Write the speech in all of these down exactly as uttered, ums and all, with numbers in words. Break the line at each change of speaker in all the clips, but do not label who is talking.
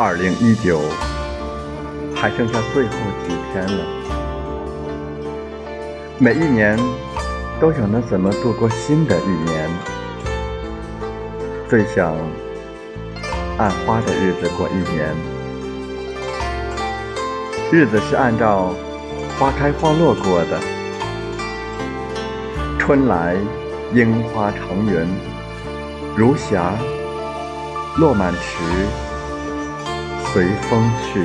二零一九还剩下最后几天了，每一年都想着怎么度过新的一年，最想按花的日子过一年。日子是按照花开花落过的，春来樱花成云，如霞落满池，随风去。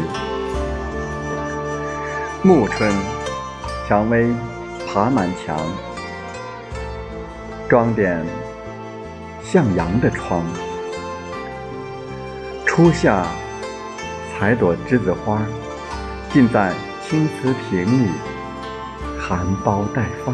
暮春，蔷薇爬满墙，装点向阳的窗。初夏，采朵栀子花，浸在青瓷瓶里，含苞待放。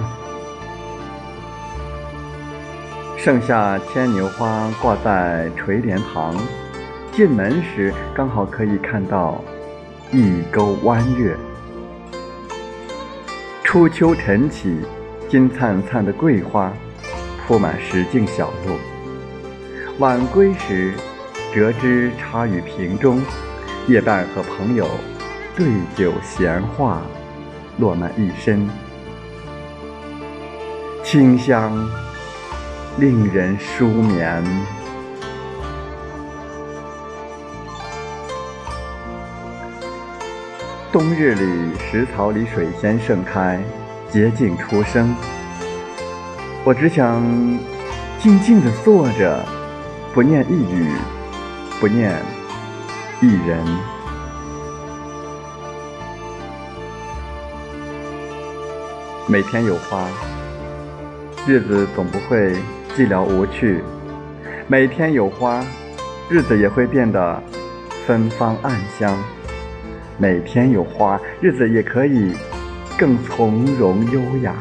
盛夏，牵牛花挂在垂帘旁，进门时刚好可以看到一钩弯月。初秋晨起，金灿灿的桂花铺满石径小路，晚归时折枝插于瓶中，夜半和朋友对酒闲话，落满一身，清香令人舒眠。冬日里，石槽里水仙盛开，洁净初生。我只想静静地坐着，不念一语，不念一人。每天有花，日子总不会寂寥无趣；每天有花，日子也会变得芬芳暗香。每天有花，日子也可以更从容优雅。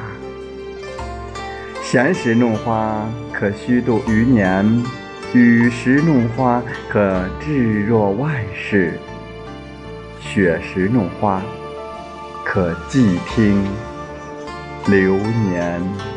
闲时弄花，可虚度余年；雨时弄花，可置若外事；雪时弄花，可静听流年。